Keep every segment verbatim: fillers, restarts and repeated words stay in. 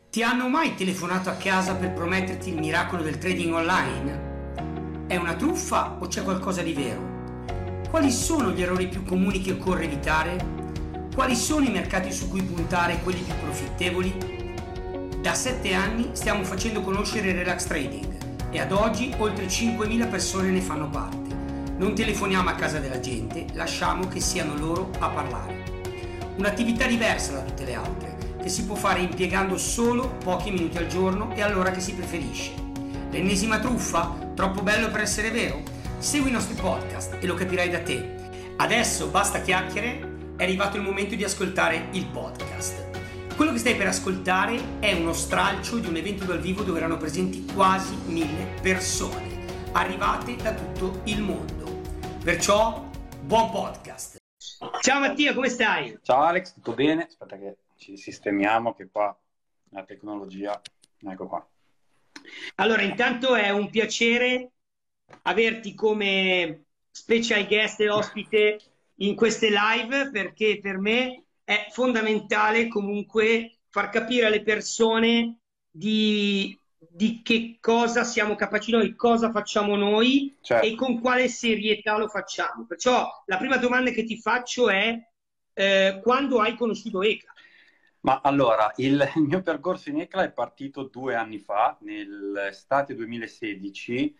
Ti hanno mai telefonato a casa per prometterti il miracolo del trading online? È una truffa o c'è qualcosa di vero? Quali sono gli errori più comuni che occorre evitare? Quali sono i mercati su cui puntare e quelli più profittevoli? Da sette anni stiamo facendo conoscere il relax trading e ad oggi oltre cinquemila persone ne fanno parte. Non telefoniamo a casa della gente, lasciamo che siano loro a parlare. Un'attività diversa da tutte le altre, che si può fare impiegando solo pochi minuti al giorno e all'ora che si preferisce. L'ennesima truffa? Troppo bello per essere vero? Segui i nostri podcast e lo capirai da te. Adesso basta chiacchiere, è arrivato il momento di ascoltare il podcast. Quello che stai per ascoltare è uno stralcio di un evento dal vivo dove erano presenti quasi mille persone, arrivate da tutto il mondo. Perciò, buon podcast! Ciao Mattia, come stai? Ciao Alex, tutto bene? Aspetta che ci sistemiamo, che qua la tecnologia, ecco qua. Allora, intanto è un piacere averti come special guest e ospite in queste live, perché per me è fondamentale comunque far capire alle persone di, di che cosa siamo capaci noi, cosa facciamo noi, certo, e con quale serietà lo facciamo. Perciò la prima domanda che ti faccio è eh, quando hai conosciuto E C L A? Ma allora, il, il mio percorso in E C L A è partito due anni fa, nell'estate duemilasedici.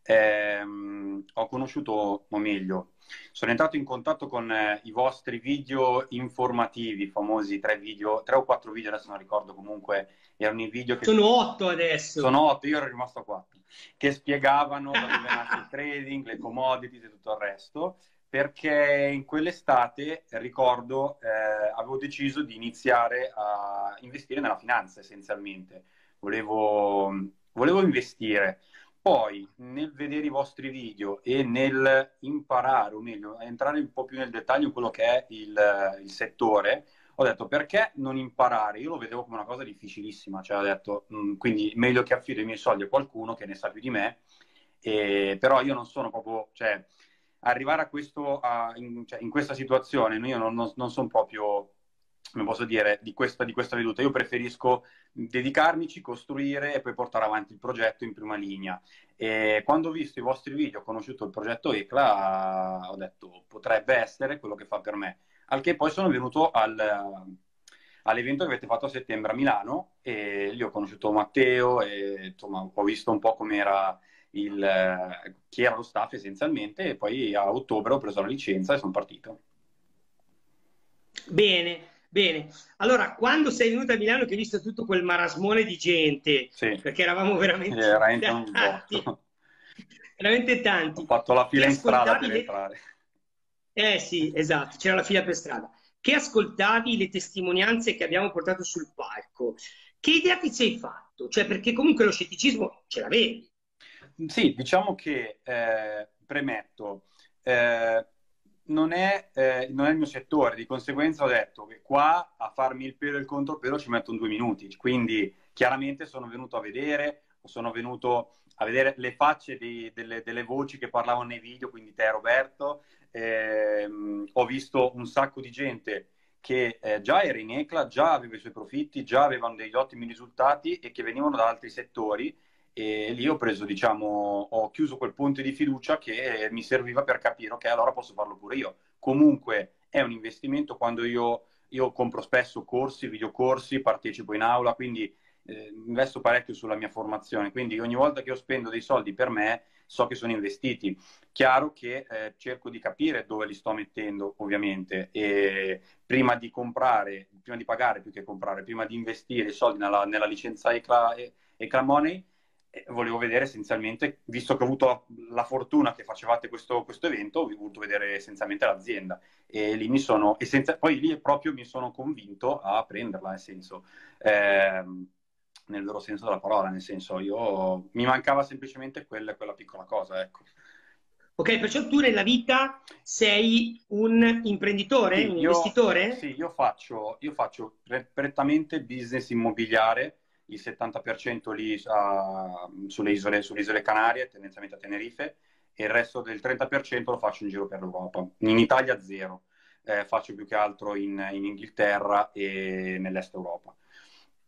Ehm, ho conosciuto, o meglio, sono entrato in contatto con eh, i vostri video informativi, famosi tre video, tre o quattro video, adesso non ricordo, comunque erano i video che... Sono otto adesso. Sono otto, io ero rimasto a quattro, che spiegavano da dove nasce il trading, le commodities e tutto il resto. Perché in quell'estate, ricordo, eh, avevo deciso di iniziare a investire nella finanza essenzialmente. Volevo, volevo investire. Poi, nel vedere i vostri video e nel imparare, o meglio, entrare un po' più nel dettaglio in quello che è il, il settore, ho detto perché non imparare? Io lo vedevo come una cosa difficilissima, cioè ho detto, mh, quindi meglio che affido i miei soldi a qualcuno che ne sa più di me, e, però io non sono proprio... Cioè, arrivare a questo, a, in, cioè, in questa situazione, io non, non, non sono proprio, come posso dire, di questa, di questa veduta. Io preferisco dedicarmici, costruire e poi portare avanti il progetto in prima linea. E quando ho visto i vostri video, ho conosciuto il progetto E C L A, ho detto potrebbe essere quello che fa per me. Al che poi sono venuto al, all'evento che avete fatto a settembre a Milano e lì ho conosciuto Matteo e insomma ho visto un po' com'era il, eh, chi era lo staff essenzialmente, e poi a ottobre ho preso la licenza e sono partito. Bene, bene. Allora, quando sei venuto a Milano, che hai visto tutto quel marasmone di gente, sì, perché eravamo veramente, veramente un tanti, botto. veramente tanti. Ho fatto la fila Che in strada per le... entrare. Eh sì, esatto, c'era la fila per strada. Che ascoltavi le testimonianze che abbiamo portato sul palco? Che idea ti sei fatto? Cioè, perché comunque lo scetticismo ce l'avevi. Sì, diciamo che, eh, premetto, eh, non è, eh, non è il mio settore, di conseguenza ho detto che qua a farmi il pelo e il contropelo ci metto due minuti, quindi chiaramente sono venuto a vedere, sono venuto a vedere le facce di, delle, delle voci che parlavano nei video, quindi te Roberto, ehm, ho visto un sacco di gente che eh, già era in E C L A, già aveva i suoi profitti, già avevano degli ottimi risultati e che venivano da altri settori. E lì ho preso, diciamo, ho chiuso quel ponte di fiducia che mi serviva per capire, ok, allora posso farlo pure io. Comunque è un investimento. Quando io, io compro spesso corsi, videocorsi, partecipo in aula, quindi eh, investo parecchio sulla mia formazione, quindi ogni volta che io spendo dei soldi per me so che sono investiti. Chiaro che eh, cerco di capire dove li sto mettendo, ovviamente, e prima di comprare, prima di pagare più che comprare, prima di investire i soldi nella, nella licenza E C L A, E C L A Money, volevo vedere essenzialmente, visto che ho avuto la fortuna che facevate questo, questo evento, ho voluto vedere essenzialmente l'azienda e lì mi sono, essenza, poi lì proprio mi sono convinto a prenderla, nel senso, ehm, nel vero senso della parola, nel senso io mi mancava semplicemente quella, quella piccola cosa, ecco. Ok, perciò tu nella vita sei un imprenditore, Sì, un io, investitore? sì, io faccio, io faccio pre- prettamente business immobiliare, il settanta per cento lì a- sulle isole, sulle isole Canarie, tendenzialmente a Tenerife, e il resto del trenta per cento lo faccio in giro per l'Europa. In Italia zero. Eh, faccio più che altro in, in Inghilterra e nell'est Europa.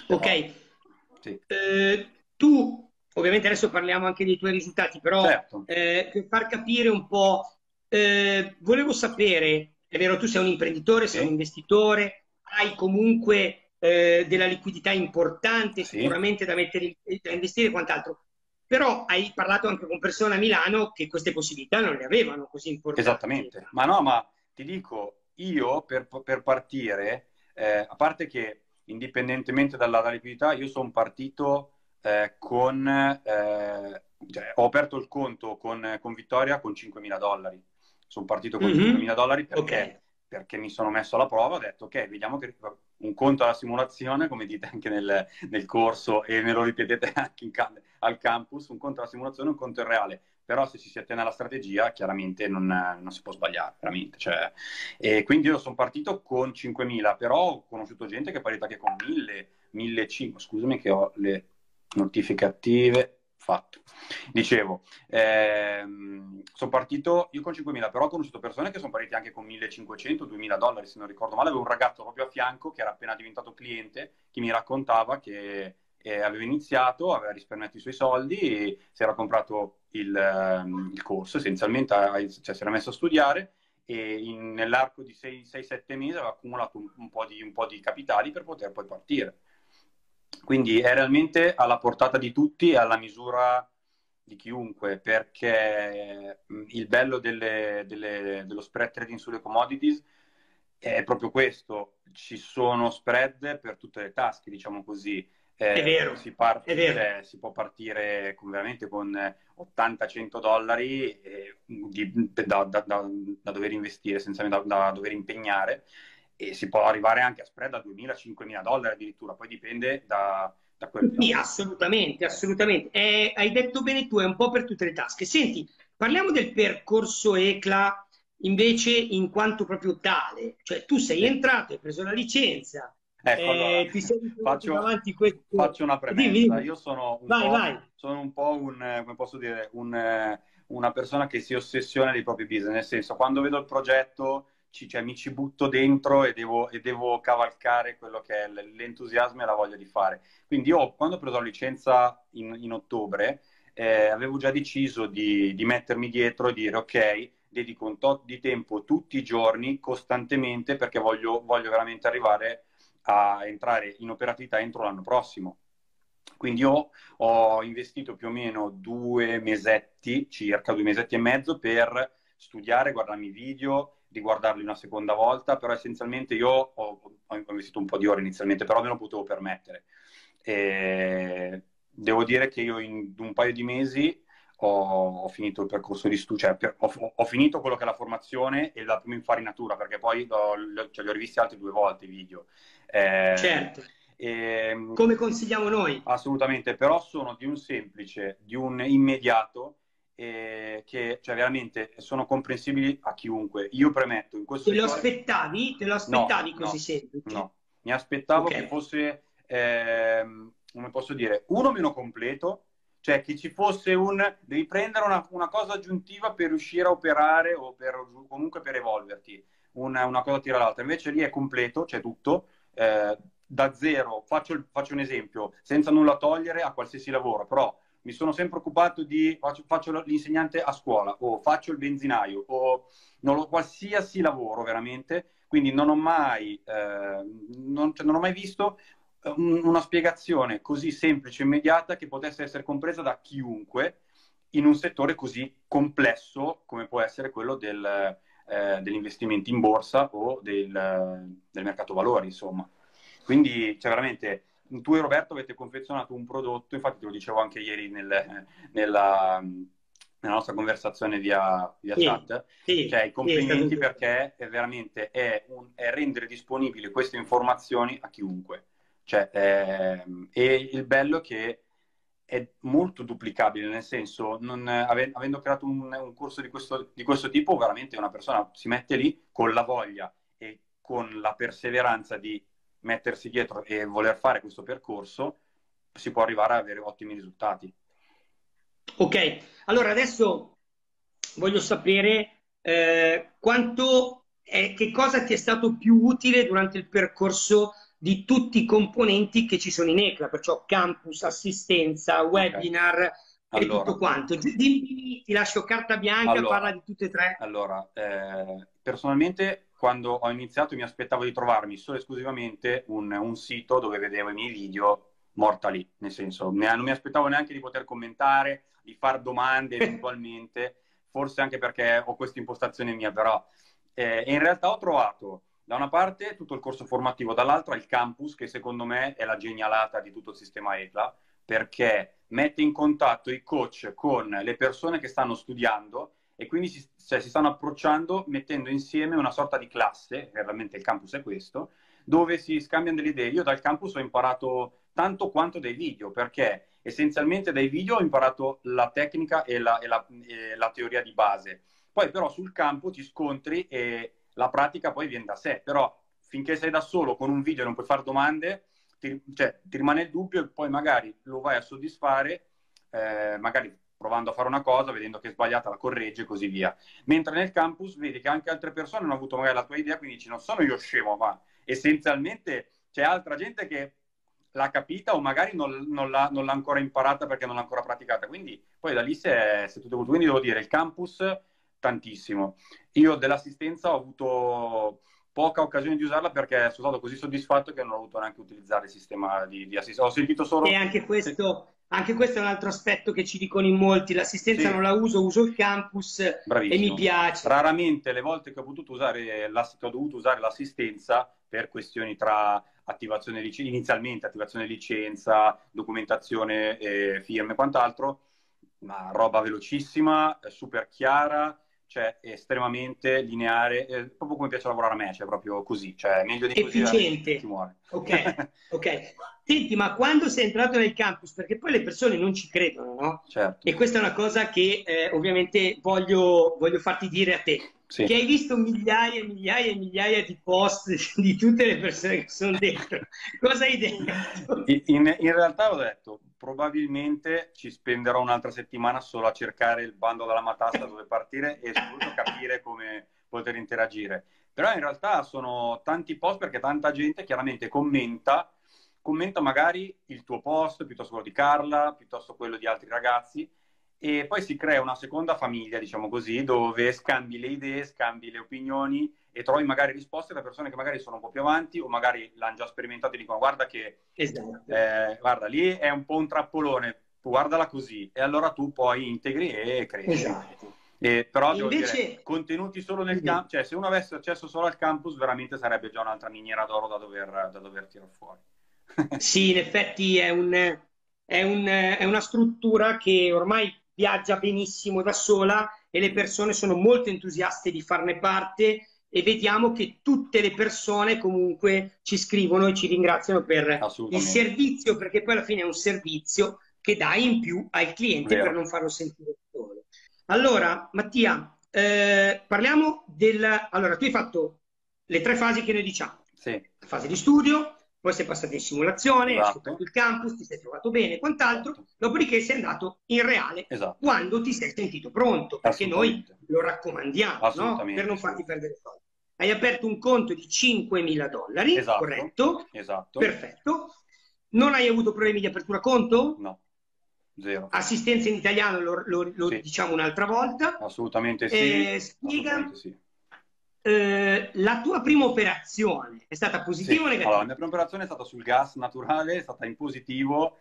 Ok, Però, sì. eh, tu ovviamente adesso parliamo anche dei tuoi risultati, però Certo, eh, per far capire un po', eh, volevo sapere, è vero, tu sei un imprenditore, sei un sì, investitore, hai comunque eh, della liquidità importante sì, sicuramente da mettere in- da investire e quant'altro, però hai parlato anche con persone a Milano che queste possibilità non le avevano così importanti. esattamente. Ma no, ma ti dico, io per, per partire, eh, a parte che indipendentemente dalla, dalla liquidità, io sono partito eh, con, eh, cioè, ho aperto il conto con, con Vittoria con cinquemila dollari. Sono partito con cinquemila Mhm. dollari Ok, perché, perché mi sono messo alla prova, ho detto, ok, vediamo che un conto alla simulazione, come dite anche nel, nel corso e me lo ripetete anche in ca- al campus, un conto alla simulazione, un conto in reale. Però se ci si attiene alla strategia, chiaramente non, non si può sbagliare, veramente. Cioè, e quindi io sono partito con cinquemila, però ho conosciuto gente che è partita anche con mille, millecinquecento. Scusami che ho le notifiche attive. Fatto. Dicevo, ehm, sono partito io con cinquemila, però ho conosciuto persone che sono partite anche con millecinquecento, duemila dollari, se non ricordo male. Avevo un ragazzo proprio a fianco che era appena diventato cliente, che mi raccontava che eh, aveva iniziato, aveva risparmiato i suoi soldi, e si era comprato il, ehm, il corso, essenzialmente cioè, si era messo a studiare e in, nell'arco di sei sette mesi aveva accumulato un, un, po di, un po' di capitali per poter poi partire. Quindi è realmente alla portata di tutti e alla misura di chiunque, perché il bello delle, delle, dello spread trading sulle commodities è proprio questo: ci sono spread per tutte le tasche, diciamo così. è Eh, vero, si, è parte, vero. cioè, si può partire con, veramente con ottanta cento dollari eh, di, da, da, da, da dover investire, essenzialmente da, da dover impegnare, e si può arrivare anche a spread a duemila-cinquemila dollari addirittura, poi dipende da, da quel, Sì, da, assolutamente, assolutamente. Eh, hai detto bene tu, è un po' per tutte le tasche. Senti, parliamo del percorso E C L A invece in quanto proprio tale. Cioè, tu sei sì. entrato, hai preso la licenza, Ecco, allora, eh, ti sei ritrovato faccio, davanti a questo... faccio una Dimmi, premessa. dimmi. Io sono un Vai, po', vai. sono un po' un, eh, come posso dire, un, eh, una persona che si ossessiona dei propri business, nel senso, quando vedo il progetto, ci, cioè, mi ci butto dentro e devo, e devo cavalcare quello che è l- l'entusiasmo e la voglia di fare. Quindi io, quando ho preso la licenza in, in ottobre, eh, avevo già deciso di, di mettermi dietro e dire, ok, dedico un tot di tempo tutti i giorni, costantemente, perché voglio, voglio veramente arrivare a entrare in operatività entro l'anno prossimo. Quindi io ho investito più o meno due mesetti, circa due mesetti e mezzo, per studiare, guardarmi i video, riguardarli una seconda volta, però essenzialmente io ho, ho investito un po' di ore inizialmente, però me lo potevo permettere. E devo dire che io in un paio di mesi ho, ho finito il percorso di studio, cioè ho, ho, finito quello che è la formazione e la prima infarinatura, perché poi ho, cioè, li ho rivisti altri due volte i video. Eh, Certo, e, come consigliamo noi. assolutamente, però sono di un semplice, di un immediato, eh, che cioè, veramente sono comprensibili a chiunque. Io premetto in questo Te lo settore. aspettavi? Te lo No, aspettavi così no, semplice? no. Mi aspettavo che Ok. fosse, ehm, come posso dire, uno meno completo, cioè che ci fosse un... devi prendere una, una cosa aggiuntiva per riuscire a operare o per, comunque per evolverti. Una, una cosa tira l'altra. Invece lì è completo, c'è tutto. Eh, da zero, faccio, il- faccio un esempio, senza nulla togliere a qualsiasi lavoro, però mi sono sempre occupato di... faccio, faccio l'insegnante a scuola, o faccio il benzinaio, o non lo, qualsiasi lavoro veramente, quindi non ho mai, eh, non, cioè, non ho mai visto eh, un- una spiegazione così semplice e immediata che potesse essere compresa da chiunque in un settore così complesso come può essere quello del, eh, degli investimenti in borsa o del, del mercato valori, insomma. Quindi, cioè, veramente, tu e Roberto avete confezionato un prodotto, infatti te lo dicevo anche ieri nel- nella, nella nostra conversazione via, via Sì, chat, sì, cioè i sì, è stato complimenti, giusto. perché è veramente è, un- è rendere disponibili queste informazioni a chiunque. Cioè, ehm, e il bello è che è molto duplicabile, nel senso, non, ave- avendo creato un, un corso di questo, di questo tipo, veramente una persona si mette lì con la voglia e con la perseveranza di mettersi dietro e voler fare questo percorso, si può arrivare ad avere ottimi risultati. Ok, allora adesso voglio sapere eh, quanto è, che cosa ti è stato più utile durante il percorso di tutti i componenti che ci sono in E C L A, perciò campus, assistenza, webinar okay. e Allora, tutto quanto. Dimmi, ti lascio carta bianca, allora, parla di tutte e tre. allora eh, personalmente quando ho iniziato mi aspettavo di trovarmi solo e esclusivamente un, un sito dove vedevo i miei video morta lì, nel senso, ne- non mi aspettavo neanche di poter commentare, di fare domande eventualmente, forse anche perché ho questa impostazione mia, però eh, e in realtà ho trovato da una parte tutto il corso formativo, dall'altra il campus, che secondo me è la genialata di tutto il sistema E C L A, perché mette in contatto i coach con le persone che stanno studiando e quindi si, cioè, si stanno approcciando mettendo insieme una sorta di classe, realmente il campus è questo, dove si scambiano delle idee. Io dal campus ho imparato tanto quanto dai video, perché essenzialmente dai video ho imparato la tecnica e la, e la, e la teoria di base. Poi però sul campo ti scontri e la pratica poi viene da sé, però finché sei da solo con un video e non puoi fare domande, ti, cioè, ti rimane il dubbio e poi magari lo vai a soddisfare, eh, magari provando a fare una cosa, vedendo che è sbagliata, la corregge e così via. Mentre nel campus vedi che anche altre persone hanno avuto magari la tua idea, quindi dici non sono io scemo, ma essenzialmente c'è altra gente che l'ha capita o magari non, non l'ha, non l'ha ancora imparata perché non l'ha ancora praticata. Quindi poi da lì si è, si è tutto evoluto. Quindi devo dire, il campus tantissimo. Io dell'assistenza ho avuto poca occasione di usarla perché sono stato così soddisfatto che non ho voluto neanche utilizzare il sistema di, di assistenza. Ho sentito E solo... anche questo, anche questo è un altro aspetto che ci dicono in molti, l'assistenza Sì, non la uso, uso il campus e mi bravissimo. piace. Raramente le volte che ho potuto usare l'ass- che ho dovuto usare l'assistenza per questioni tra attivazione lic- inizialmente attivazione licenza, documentazione, eh, firme e quant'altro, ma roba velocissima, eh, super chiara, cioè estremamente lineare, eh, proprio come piace lavorare a me, cioè proprio così, cioè meglio di così veramente si Efficiente. muore. Ok, ok. Senti, ma quando sei entrato nel campus, perché poi le persone non ci credono, no? Certo, E questa è una cosa che eh, ovviamente voglio, voglio farti dire a te, sì. che hai visto migliaia e migliaia e migliaia di post di tutte le persone che sono dentro. Cosa hai detto? In, in realtà ho detto, probabilmente ci spenderò un'altra settimana solo a cercare il bando della matassa dove partire e soprattutto capire come poter interagire. Però in realtà sono tanti post perché tanta gente chiaramente commenta, commenta magari il tuo post, piuttosto quello di Carla, piuttosto quello di altri ragazzi, e poi si crea una seconda famiglia, diciamo così, dove scambi le idee, scambi le opinioni e trovi magari risposte da persone che magari sono un po' più avanti o magari l'hanno già sperimentato e dicono guarda che Esatto, eh, guarda lì è un po' un trappolone, guardala così e allora tu poi integri e cresci. esatto. E, però devo dire, Invece, contenuti solo nel campus, cioè se uno avesse accesso solo al campus veramente sarebbe già un'altra miniera d'oro da dover, da dover tirare fuori. sì, in effetti è un, è un- è una struttura che ormai viaggia benissimo da sola e le persone sono molto entusiaste di farne parte e vediamo che tutte le persone comunque ci scrivono e ci ringraziano per il Assolutamente, servizio, perché poi alla fine è un servizio che dai in più al cliente per vero. non farlo sentire solo. Allora, Mattia, eh, parliamo del... Allora, tu hai fatto le tre fasi che noi diciamo. Sì, La fase di studio, poi sei passato in simulazione, hai scoperto esatto, il campus, ti sei trovato bene e quant'altro, esatto, dopodiché sei andato in reale esatto, quando ti sei sentito pronto, perché noi assolutamente, lo raccomandiamo, no? Per assolutamente, non sì. farti perdere soldi. Hai aperto un conto di cinquemila dollari, Esatto, corretto? esatto, Perfetto. Non hai avuto problemi di apertura conto? no, zero. Assistenza in italiano lo, lo- lo Sì, diciamo un'altra volta. assolutamente sì, Eh, assolutamente spiega sì. eh, la tua prima operazione è stata Sì, positiva o allora, la negativa? mia prima operazione è stata sul gas naturale, è stata in positivo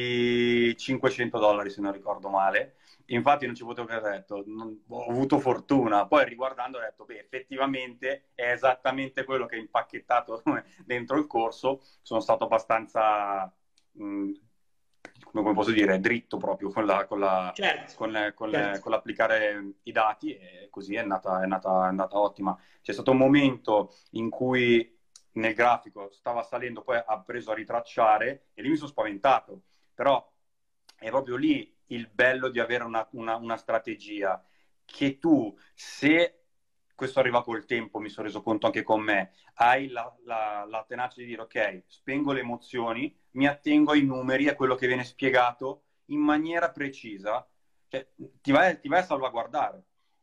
di cinquecento dollari se non ricordo male. Infatti non ci potevo credere, ho detto, non- ho avuto fortuna. Poi riguardando ho detto, beh, effettivamente è esattamente quello che è impacchettato dentro il corso. Sono stato abbastanza, mh, come come posso dire, dritto proprio con la, con la- Certo, con, con- certo. con l'applicare i dati e così è andata, è andata, è andata ottima. C'è stato un momento in cui nel grafico stava salendo, poi ha preso a ritracciare e lì mi sono spaventato. Però è proprio lì il bello di avere una, una, una strategia che tu, se questo arriva col tempo, mi sono reso conto anche con me, hai la, la, la tenacia di dire ok, spengo le emozioni, mi attengo ai numeri, a quello che viene spiegato in maniera precisa, cioè, ti vai, ti vai a salvaguardare.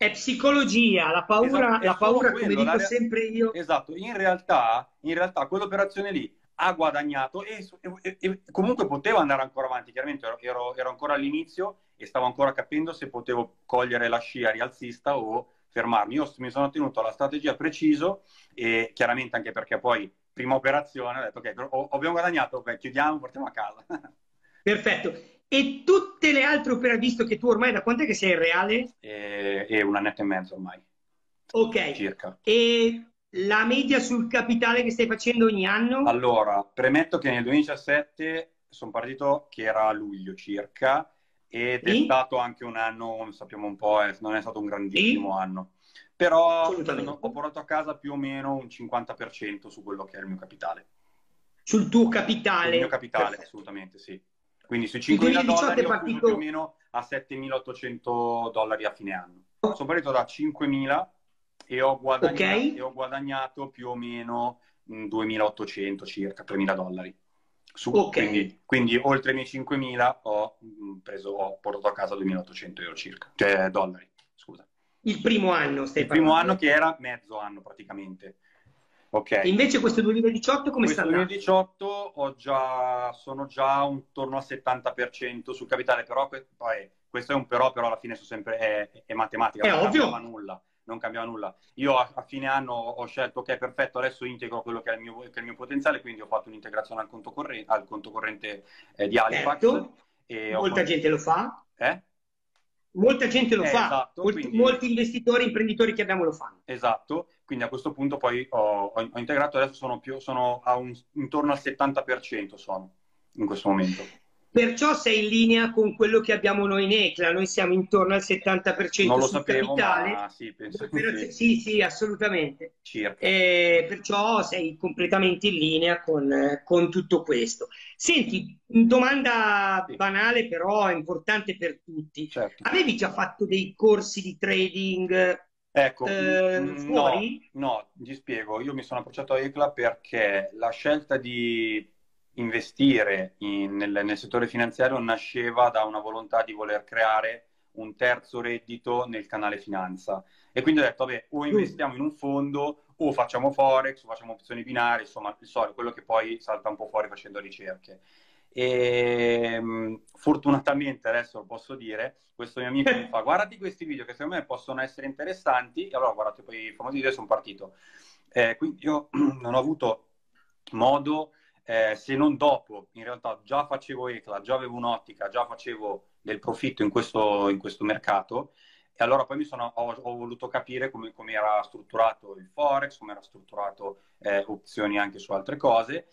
è psicologia, la paura, Esatto, è la solo paura, come quello. La dico re- sempre io. Esatto, in realtà, in realtà quell'operazione lì ha guadagnato e, e- e comunque poteva andare ancora avanti. Chiaramente ero, ero- ero ancora all'inizio e stavo ancora capendo se potevo cogliere la scia rialzista o fermarmi. Io mi sono tenuto alla strategia preciso e chiaramente anche perché poi, prima operazione, ho detto ok, ho- abbiamo guadagnato, ok, chiudiamo, portiamo a casa. Perfetto. E tutte le altre opere, visto che tu ormai da quant'è che sei in reale? e, e un annetto e mezzo ormai, Ok. circa. E la media sul capitale che stai facendo ogni anno? Allora, premetto che nel duemiladiciassette sono partito che era a luglio circa ed è Sì? stato anche un anno, sappiamo un po', eh, non è stato un grandissimo Sì? anno, però sono- ho Assolutamente. portato a casa più o meno un cinquanta per cento su quello che è il mio capitale. Sul tuo Sul mio capitale? capitale, Perfetto. assolutamente sì. Quindi sui Il cinquemila duemiladiciotto dollari è ho chiuso più o partito. meno a settemilaottocento dollari a fine anno. Sono partito da cinquemila e ho Ok? guadagna- e ho guadagnato più o meno mh, duemilaottocento circa, tremila dollari. Su- Ok. quindi, quindi oltre i miei cinquemila ho mh, preso, ho portato a casa duemilaottocento euro circa, cioè dollari, scusa. Il primo anno stai Il primo anno parlando. che era mezzo anno praticamente. E Ok. invece questo duemiladiciotto come sta Questo andando? duemiladiciotto ho già, sono già intorno al settanta per cento sul capitale, però que- poi, questo è un però, però alla fine sono sempre, è, è matematica, È non cambiava ovvio. nulla, non cambiava nulla. Io a, a fine anno ho scelto, ok, perfetto, adesso integro quello che è il mio, che è il mio potenziale, quindi ho fatto un'integrazione al conto corrente, al conto corrente eh, di Halifax Certo. e ho... Molta con- gente lo fa. Eh? Molta gente lo Eh, fa. esatto, Molti, quindi molti investitori, imprenditori che abbiamo lo fanno. esatto, quindi a questo punto poi ho, ho- ho integrato, adesso sono, più, sono a un, intorno al settanta per cento sono in questo momento. Perciò sei in linea con quello che abbiamo noi in ECLA, noi siamo intorno al Non settanta per cento lo sul sapevo, capitale. ma sì, penso L'operazio- sì, Sì, sì, assolutamente. circa. Eh, perciò sei completamente in linea con, eh, con tutto questo. Senti, domanda Sì, banale, però importante per tutti. certo. Avevi già fatto dei corsi di trading Ecco, mm, eh, mm, no, fuori? no, ti spiego, io mi sono approcciato a ECLA perché la scelta di investire in- nel, nel settore finanziario nasceva da una volontà di voler creare un terzo reddito nel canale finanza. E quindi ho detto, vabbè, o Giusto. investiamo in un fondo, o facciamo Forex, o facciamo opzioni binarie, insomma, il solito, quello che poi salta un po' fuori facendo ricerche. E mh, fortunatamente adesso lo posso dire, questo mio amico mi fa guardati questi video che secondo me possono essere interessanti, e allora guardate poi i famosi video e sono partito. Eh, quindi io non ho avuto modo, eh, se non dopo, in realtà già facevo ECLA, già avevo un'ottica, già facevo del profitto in questo, in questo mercato, e allora poi mi sono, ho, ho voluto capire come, come era strutturato il Forex, come era strutturato eh, opzioni anche su altre cose.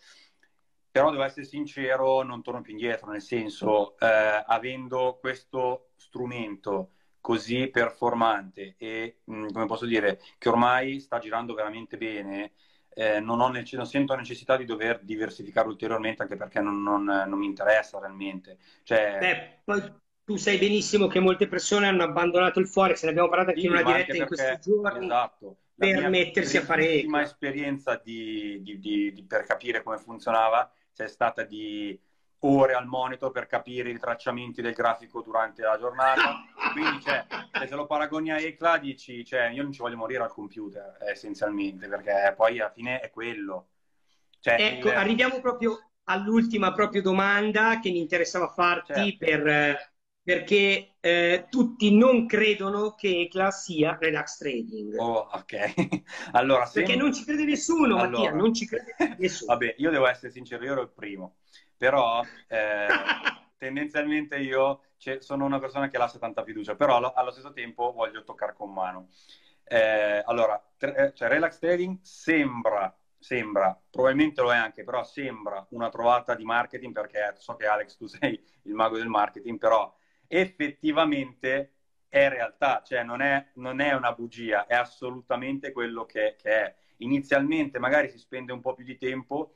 Però devo essere sincero, non torno più indietro, nel senso, eh, avendo questo strumento così performante e, mh, come posso dire, che ormai sta girando veramente bene, eh, non, ho nece- non sento necessità di dover diversificare ulteriormente, anche perché non, non- non mi interessa realmente. Cioè, Beh, poi tu sai benissimo che molte persone hanno abbandonato il Forex, ne abbiamo parlato anche in sì, una ma anche diretta in questi perché, giorni, esatto, la per mia mettersi a fare brevissima ECLA. esperienza di, di- di- di- per capire come funzionava c'è stata di ore al monitor per capire i tracciamenti del grafico durante la giornata. Quindi, cioè, se se lo paragoni a ECLA, dici, cioè, io non ci voglio morire al computer, eh, essenzialmente, perché poi alla fine è quello. Cioè, Ecco, il... arriviamo proprio all'ultima proprio domanda che mi interessava farti Certo. per, eh, perché eh, tutti non credono che ECLA sia relax trading. Oh, ok. Allora, Perché sem- non ci crede nessuno, Mattia, allora, non ci crede nessuno. vabbè, io devo essere sincero, io ero il primo, però eh, tendenzialmente io cioè, sono una persona che lascia tanta fiducia, però allo, allo stesso tempo voglio toccare con mano. Eh, allora, tre- eh, cioè, relax trading sembra, sembra, probabilmente lo è anche, però sembra una trovata di marketing, perché so che Alex, tu sei il mago del marketing, però effettivamente è realtà, cioè non è, non è una bugia, è assolutamente quello che, che è. Inizialmente magari si spende un po' più di tempo,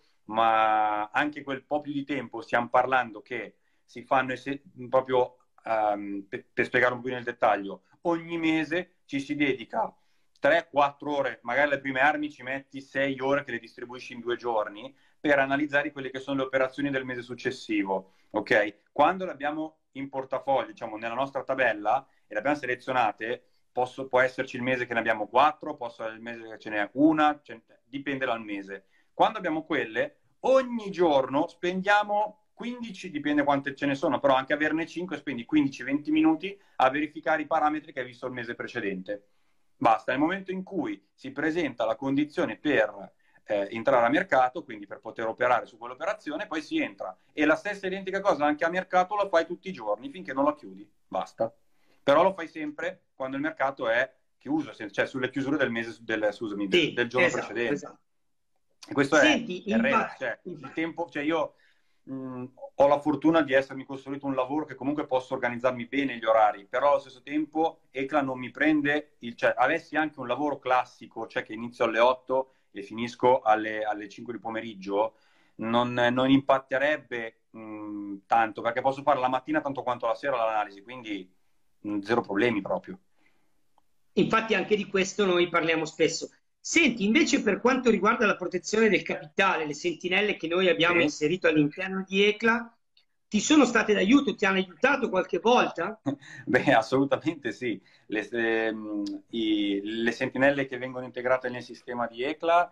ma anche quel po' più di tempo stiamo parlando che si fanno esse- proprio ehm, per, per spiegare un po' nel dettaglio, ogni mese ci si dedica tre quattro ore, magari le prime armi ci metti sei ore che le distribuisci in due giorni per analizzare quelle che sono le operazioni del mese successivo, ok? Quando le abbiamo in portafoglio, diciamo nella nostra tabella, e le abbiamo selezionate, posso, può esserci il mese che ne abbiamo quattro, può essere il mese che ce n'è una, ce- dipende dal mese. Quando abbiamo quelle, ogni giorno spendiamo quindici, dipende quante ce ne sono, però anche averne cinque, spendi quindici venti minuti a verificare i parametri che hai visto il mese precedente. Basta, nel momento in cui si presenta la condizione per eh, entrare a mercato, quindi per poter operare su quell'operazione, poi si entra. E la stessa identica cosa anche a mercato la fai tutti i giorni finché non la chiudi. Basta. Però lo fai sempre quando il mercato è chiuso, cioè sulle chiusure del mese, del, scusami, del, Sì, del giorno esatto, precedente. esatto. E questo Senti, è, è regola, infatti, cioè il infatti. tempo, cioè io mh, ho la fortuna di essermi costruito un lavoro che comunque posso organizzarmi bene gli orari, però allo stesso tempo Ecla non mi prende, il, cioè avessi anche un lavoro classico, cioè che inizio alle otto e finisco alle, alle cinque di pomeriggio, non, non impatterebbe mh, tanto, perché posso fare la mattina tanto quanto la sera l'analisi, quindi mh, zero problemi proprio. Infatti anche di questo noi parliamo spesso. Senti, invece per quanto riguarda la protezione del capitale, le sentinelle che noi abbiamo Sì. inserito all'interno di Ecla, ti sono state d'aiuto? Ti hanno aiutato qualche volta? Beh, assolutamente sì. Le, ehm, i- le sentinelle che vengono integrate nel sistema di Ecla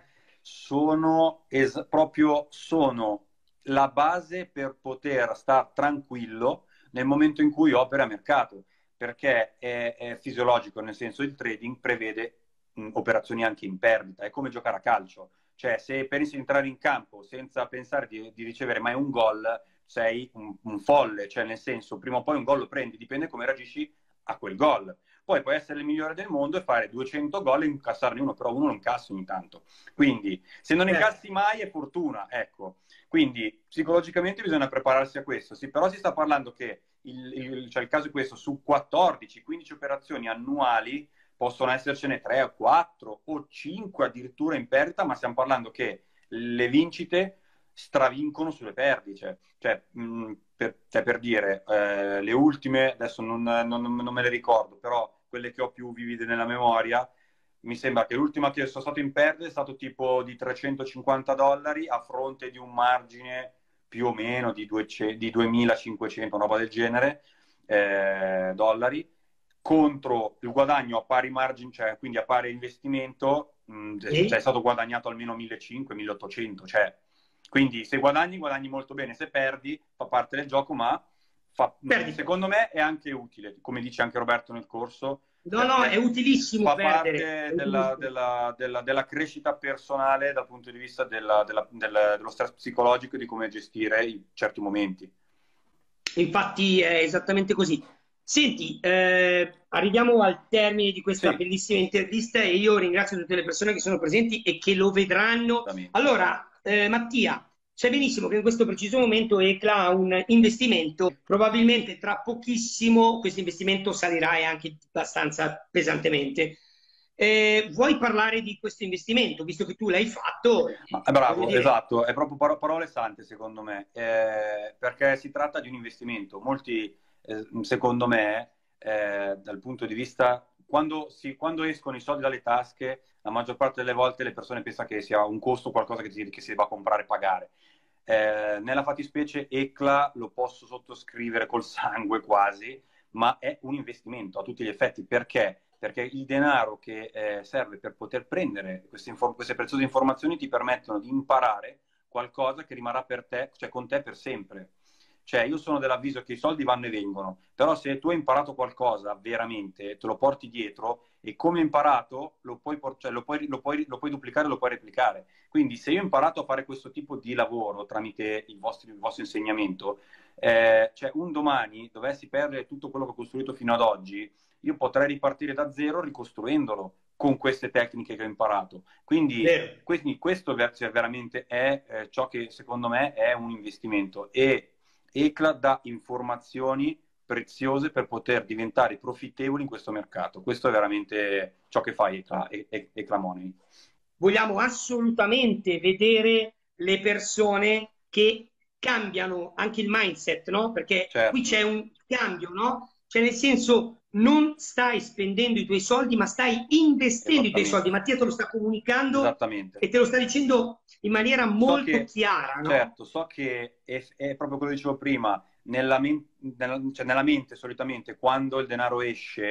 sono es- proprio sono la base per poter stare tranquillo nel momento in cui opera a mercato, perché è, è fisiologico, nel senso il trading prevede mh, operazioni anche in perdita, è come giocare a calcio. Cioè, se pensi di entrare in campo senza pensare di, di ricevere mai un gol, sei un, un folle, cioè nel senso, prima o poi un gol lo prendi, dipende come reagisci a quel gol. Poi puoi essere il migliore del mondo e fare duecento gol e incassarne uno, però uno lo incassi ogni tanto. Quindi, se non Certo. incassi mai è fortuna, ecco. Quindi, psicologicamente bisogna prepararsi a questo. Sì, però si sta parlando che il, il, cioè il caso è questo, su quattordici quindici operazioni annuali possono essercene tre o quattro o cinque addirittura in perdita, ma stiamo parlando che le vincite stravincono sulle perdite. Cioè, mh, per, cioè, per dire, eh, le ultime, adesso non, non, non me le ricordo, però quelle che ho più vivide nella memoria, mi sembra che l'ultima che sono stato in perdita è stato tipo di trecentocinquanta dollari a fronte di un margine più o meno di, duecento, di duemilacinquecento, una roba del genere, eh, dollari, contro il guadagno a pari margine, cioè quindi a pari investimento, mh, Sì. cioè è stato guadagnato almeno millecinquecento milleottocento, cioè quindi se guadagni, guadagni molto bene, se perdi fa parte del gioco, ma fa, secondo me è anche utile, come dice anche Roberto nel corso, No, no, è perché utilissimo fa perdere. È parte della, utilissimo. della, della, della crescita personale dal punto di vista della, della, del, dello stress psicologico e di come gestire i certi momenti. Infatti è esattamente così. Senti, eh, arriviamo al termine di questa Sì, bellissima intervista e io ringrazio tutte le persone che sono presenti e che lo vedranno. assolutamente. Allora, eh, Mattia, sai benissimo che in questo preciso momento Ecla ha un investimento, probabilmente tra pochissimo questo investimento salirà e anche abbastanza pesantemente. Eh, vuoi parlare di questo investimento, visto che tu l'hai fatto? Ma, è Voglio bravo, dire, esatto, è proprio paro- parole sante secondo me, eh, perché si tratta di un investimento. Molti, eh, secondo me, eh, dal punto di vista, quando, si, quando escono i soldi dalle tasche, la maggior parte delle volte le persone pensano che sia un costo, qualcosa che si, che si debba comprare e pagare. Eh, nella fattispecie Ecla lo posso sottoscrivere col sangue quasi, ma è un investimento a tutti gli effetti. Perché? Perché il denaro che eh, serve per poter prendere queste, infor- queste preziose informazioni ti permettono di imparare qualcosa che rimarrà per te, cioè con te per sempre. Cioè, io sono dell'avviso che i soldi vanno e vengono, però se tu hai imparato qualcosa veramente, te lo porti dietro e come hai imparato lo puoi, por- cioè, lo puoi, lo puoi, lo puoi duplicare, lo puoi replicare. Quindi se io ho imparato a fare questo tipo di lavoro tramite il vostro, il vostro insegnamento, eh, cioè un domani dovessi perdere tutto quello che ho costruito fino ad oggi, io potrei ripartire da zero ricostruendolo con queste tecniche che ho imparato. Quindi, vero. quindi questo cioè, veramente è eh, ciò che secondo me è un investimento e Ecla dà informazioni preziose per poter diventare profittevoli in questo mercato. Questo è veramente ciò che fa Ecla, e- e- Ecla Money. Vogliamo assolutamente vedere le persone che cambiano anche il mindset, no? Perché qui Certo, c'è un cambio, no? Cioè nel senso non stai spendendo i tuoi soldi, ma stai investendo i tuoi soldi. esattamente, Mattia te lo sta comunicando esattamente. e te lo sta dicendo in maniera So molto che, chiara, no? certo, so che è, è proprio quello che dicevo prima, nella, men- nella, cioè nella mente solitamente quando il denaro esce,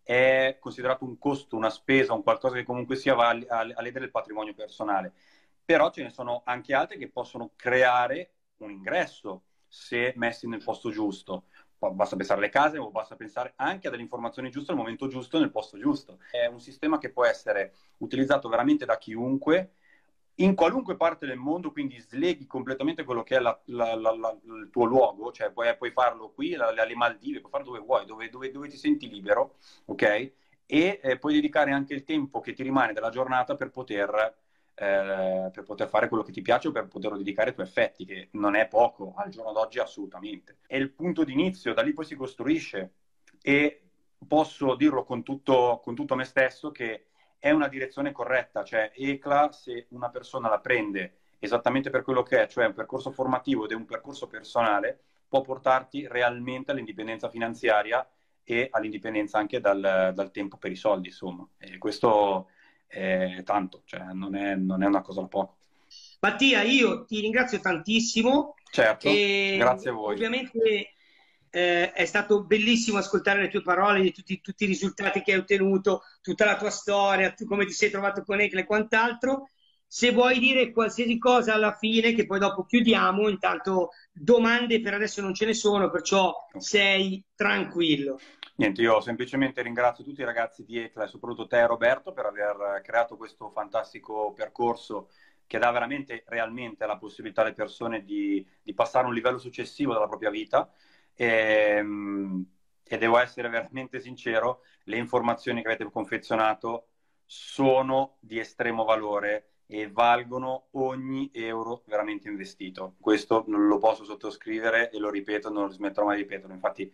è considerato un costo, una spesa, un qualcosa che comunque sia va a, a, a ledere il patrimonio personale. Però ce ne sono anche altre che possono creare un ingresso se messi nel posto giusto. Basta pensare alle case, o basta pensare anche a delle informazioni giuste al momento giusto, nel posto giusto. È un sistema che può essere utilizzato veramente da chiunque, in qualunque parte del mondo, quindi sleghi completamente quello che è la, la, la, la, il tuo luogo, cioè puoi, puoi farlo qui, alle Maldive, puoi farlo dove vuoi, dove, dove, dove ti senti libero, ok? E eh, puoi dedicare anche il tempo che ti rimane della giornata per poter... Eh, per poter fare quello che ti piace o per poterlo dedicare ai tuoi effetti, che non è poco al giorno d'oggi assolutamente. È il punto d'inizio, da lì poi si costruisce, e posso dirlo con tutto, con tutto me stesso che è una direzione corretta, cioè E C L A, se una persona la prende esattamente per quello che è, cioè un percorso formativo ed è un percorso personale, può portarti realmente all'indipendenza finanziaria e all'indipendenza anche dal, dal tempo per i soldi, insomma. E questo è tanto, cioè non è, non è una cosa da poco. Mattia, io ti ringrazio tantissimo. Certo, e grazie a voi. Ovviamente eh, è stato bellissimo ascoltare le tue parole, di tutti, tutti i risultati che hai ottenuto, tutta la tua storia, tu come ti sei trovato con E C L A e quant'altro. Se vuoi dire qualsiasi cosa alla fine, che poi dopo chiudiamo, intanto domande per adesso non ce ne sono, perciò sei tranquillo. Niente, io semplicemente ringrazio tutti i ragazzi di E C L A e soprattutto te, Roberto, per aver creato questo fantastico percorso che dà veramente, realmente la possibilità alle persone di, di passare a un livello successivo della propria vita. E, e devo essere veramente sincero, le informazioni che avete confezionato sono di estremo valore e valgono ogni euro veramente investito. Questo non lo posso sottoscrivere e lo ripeto, non lo smetterò mai di ripeterlo. Infatti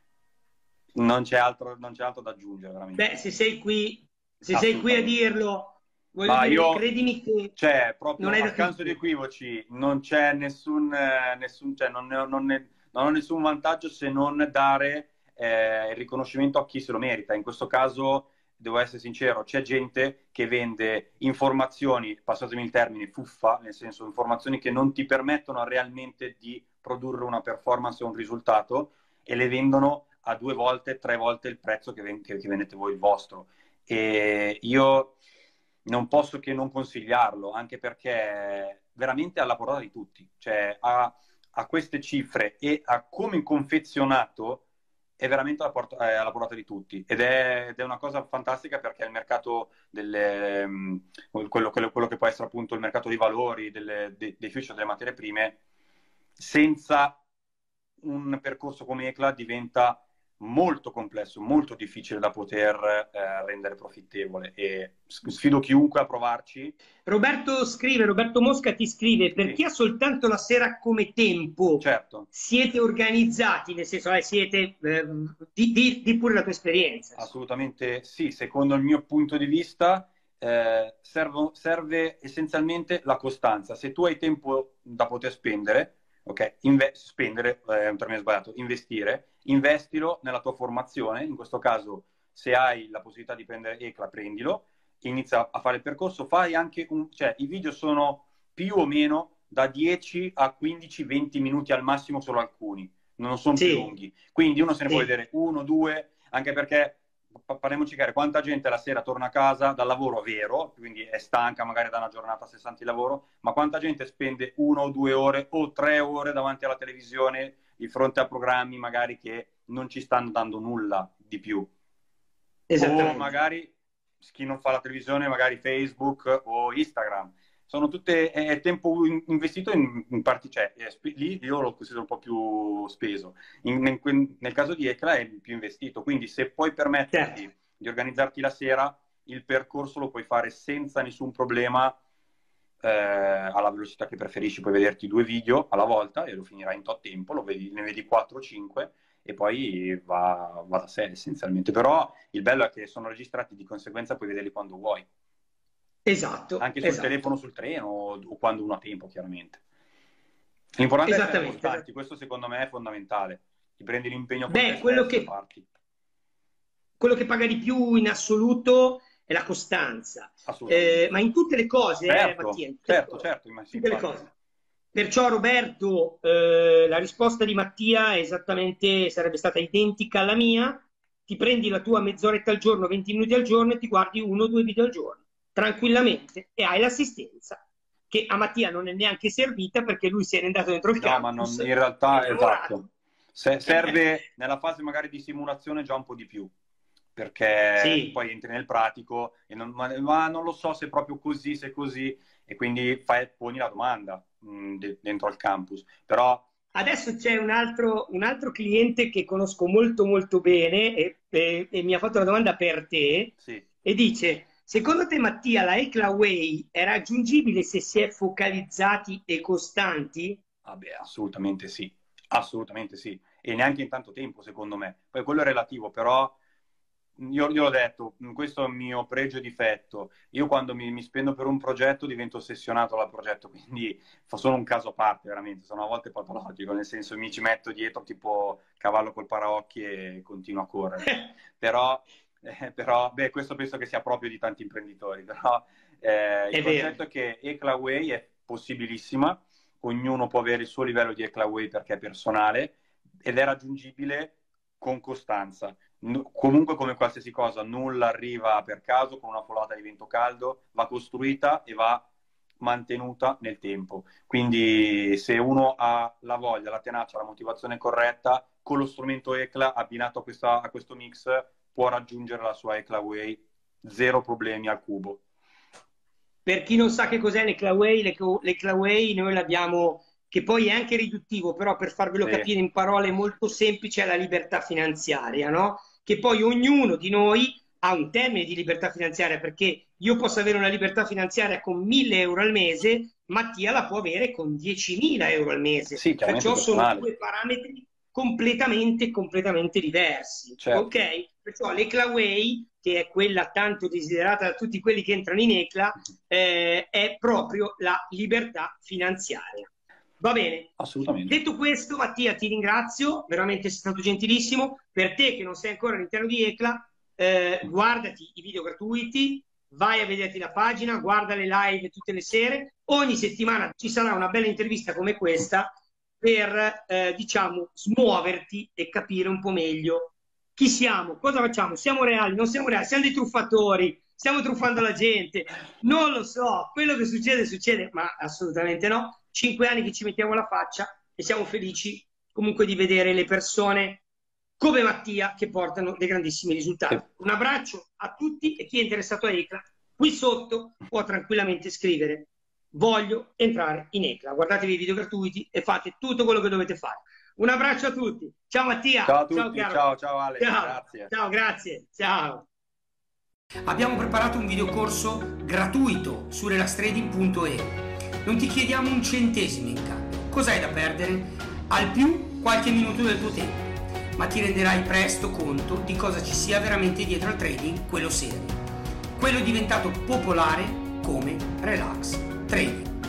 non c'è altro, non c'è altro da aggiungere, veramente. Beh, se sei qui, se sei qui a dirlo, voglio Ma dire, io, credimi che cioè, proprio non è a da scanso di equivoci, non c'è nessun, eh, nessun cioè, non, ne- non, ne- non ho nessun vantaggio se non dare eh, il riconoscimento a chi se lo merita. In questo caso, devo essere sincero, c'è gente che vende informazioni, passatemi il termine, fuffa, nel senso informazioni che non ti permettono realmente di produrre una performance o un risultato, e le vendono a due volte, tre volte il prezzo che, ven- che, che vendete voi il vostro. E io non posso che non consigliarlo, anche perché veramente è alla portata di tutti, cioè a, a queste cifre e a come è confezionato è veramente alla, port- è alla portata di tutti, ed è, ed è una cosa fantastica, perché il mercato delle, um, quello, quello, quello che può essere appunto il mercato dei valori, delle, dei, dei future, delle materie prime, senza un percorso come E C L A diventa molto complesso, molto difficile da poter eh, rendere profittevole, e sfido chiunque a provarci. Roberto scrive, Roberto Mosca ti scrive, per Sì. chi ha soltanto la sera come tempo, Certo. siete organizzati, nel senso, eh, siete, eh, di, di, di pure la tua esperienza. Assolutamente sì, secondo il mio punto di vista eh, servo, serve essenzialmente la costanza. Se tu hai tempo da poter spendere, ok, Inve- spendere è un termine sbagliato, investire, investilo nella tua formazione. In questo caso, se hai la possibilità di prendere E C L A, prendilo, inizia a fare il percorso, fai anche un... cioè i video sono più o meno da dieci a quindici venti minuti al massimo, solo alcuni, non sono Sì. più lunghi. Quindi uno se ne Sì. può vedere uno, due, anche perché parliamoci chiaro, quanta gente la sera torna a casa dal lavoro vero, quindi è stanca magari da una giornata sessanta di lavoro, ma quanta gente spende una o due ore o tre ore davanti alla televisione di fronte a programmi magari che non ci stanno dando nulla di più. O magari chi non fa la televisione, magari Facebook o Instagram. Sono tutte, è tempo investito in, in parti, cioè, lì io lo considero un po' più speso. In, in, nel caso di E C L A è più investito, quindi se puoi permetterti certo. di organizzarti la sera, il percorso lo puoi fare senza nessun problema, eh, alla velocità che preferisci. Puoi vederti due video alla volta e lo finirai in tot tempo, lo vedi, ne vedi quattro o cinque e poi va, va da sé essenzialmente. Però il bello è che sono registrati, di conseguenza puoi vederli quando vuoi. Esatto. Anche sul esatto. telefono, sul treno, o quando uno ha tempo, chiaramente. L'importante è essere costanti, questo secondo me è fondamentale. Ti prendi l'impegno con Beh, te quello stesso che, e parti. Quello che paga di più in assoluto è la costanza. Eh, ma in tutte le cose, certo, eh, Mattia, in tutte certo, le certo, certo, tutte le cose. Perciò, Roberto, eh, la risposta di Mattia è esattamente, sarebbe stata identica alla mia. ti prendi la tua mezz'oretta al giorno, venti minuti al giorno e ti guardi uno o due video al giorno, tranquillamente, e hai l'assistenza che a Mattia non è neanche servita perché lui si è andato dentro il no, campus. ma non, in realtà, esatto. Se, serve nella fase magari di simulazione già un po' di più, perché sì. Poi entri nel pratico e non, ma, ma non lo so se è proprio così, se è così, e quindi fai, poni la domanda mh, de, dentro al campus. Però adesso c'è un altro, un altro cliente che conosco molto molto bene e, e, e mi ha fatto una domanda per te, sì. E dice: secondo te, Mattia, la E C L A Way è raggiungibile se si è focalizzati e costanti? Vabbè, assolutamente sì, assolutamente sì, e neanche in tanto tempo secondo me. Poi quello è relativo, però io, io l'ho detto, questo è un mio pregio e difetto. Io quando mi, mi spendo per un progetto divento ossessionato dal progetto, quindi sono un caso a parte veramente, sono a volte patologico, nel senso mi ci metto dietro tipo cavallo col paraocchi e continuo a correre. però, eh, però, beh, questo penso che sia proprio di tanti imprenditori, però eh, il concetto è che E C L A Way è possibilissima, ognuno può avere il suo livello di E C L A Way perché è personale ed è raggiungibile con costanza. No, comunque come qualsiasi cosa, nulla arriva per caso con una folata di vento caldo, va costruita e va mantenuta nel tempo. Quindi se uno ha la voglia, la tenacia, la motivazione corretta, con lo strumento E C L A abbinato a, questa, a questo mix può raggiungere la sua E C L A Way, zero problemi al cubo. Per chi non sa che cos'è l'E C L A Way, l'E C L A Way noi l'abbiamo, che poi è anche riduttivo, però per farvelo sì. capire in parole molto semplici, è la libertà finanziaria, no? Che poi ognuno di noi ha un termine di libertà finanziaria, perché io posso avere una libertà finanziaria con mille euro al mese, Mattia la può avere con diecimila euro al mese. Sì, perciò sono personale. due parametri completamente, completamente diversi. Certo. Ok? Perciò l'E C L A Way, che è quella tanto desiderata da tutti quelli che entrano in E C L A, eh, è proprio la libertà finanziaria. Va bene? Assolutamente. Detto questo, Mattia, ti ringrazio, veramente sei stato gentilissimo. Per te che non sei ancora all'interno di E C L A, eh, guardati i video gratuiti, vai a vederti la pagina, guarda le live tutte le sere. Ogni settimana ci sarà una bella intervista come questa per, eh, diciamo, smuoverti e capire un po' meglio chi siamo, cosa facciamo, siamo reali, non siamo reali, siamo dei truffatori, stiamo truffando la gente, non lo so, quello che succede succede, ma assolutamente no. Cinque anni che ci mettiamo la faccia e siamo felici comunque di vedere le persone come Mattia che portano dei grandissimi risultati. Un abbraccio a tutti e chi è interessato a E C L A, qui sotto può tranquillamente scrivere: voglio entrare in E C L A. Guardatevi i video gratuiti e fate tutto quello che dovete fare. Un abbraccio a tutti. Ciao Mattia. Ciao a tutti. Ciao, ciao, ciao Ale. Ciao. Grazie. Ciao, grazie. Ciao. Abbiamo preparato un videocorso gratuito su relax trading punto e u. Non ti chiediamo un centesimo in cambio. Cos'hai da perdere? Al più qualche minuto del tuo tempo, ma ti renderai presto conto di cosa ci sia veramente dietro al trading, quello serio, quello diventato popolare come Relax Trading.